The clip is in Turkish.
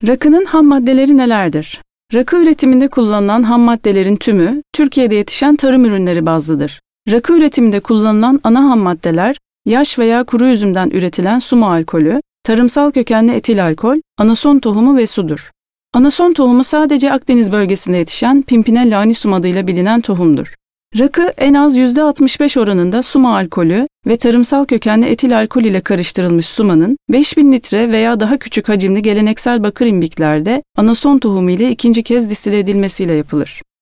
Rakının ham maddeleri nelerdir? Rakı üretiminde kullanılan ham maddelerin tümü, Türkiye'de yetişen tarım ürünleri bazlıdır. Rakı üretiminde kullanılan ana ham maddeler, yaş veya kuru üzümden üretilen sumu alkolü, tarımsal kökenli etil alkol, anason tohumu ve sudur. Anason tohumu sadece Akdeniz bölgesinde yetişen Pimpinella anisum adıyla bilinen tohumdur. Rakı en az %65 oranında suma alkolü ve tarımsal kökenli etil alkol ile karıştırılmış sumanın 5000 litre veya daha küçük hacimli geleneksel bakır imbiklerde anason tohumu ile ikinci kez distile edilmesiyle yapılır.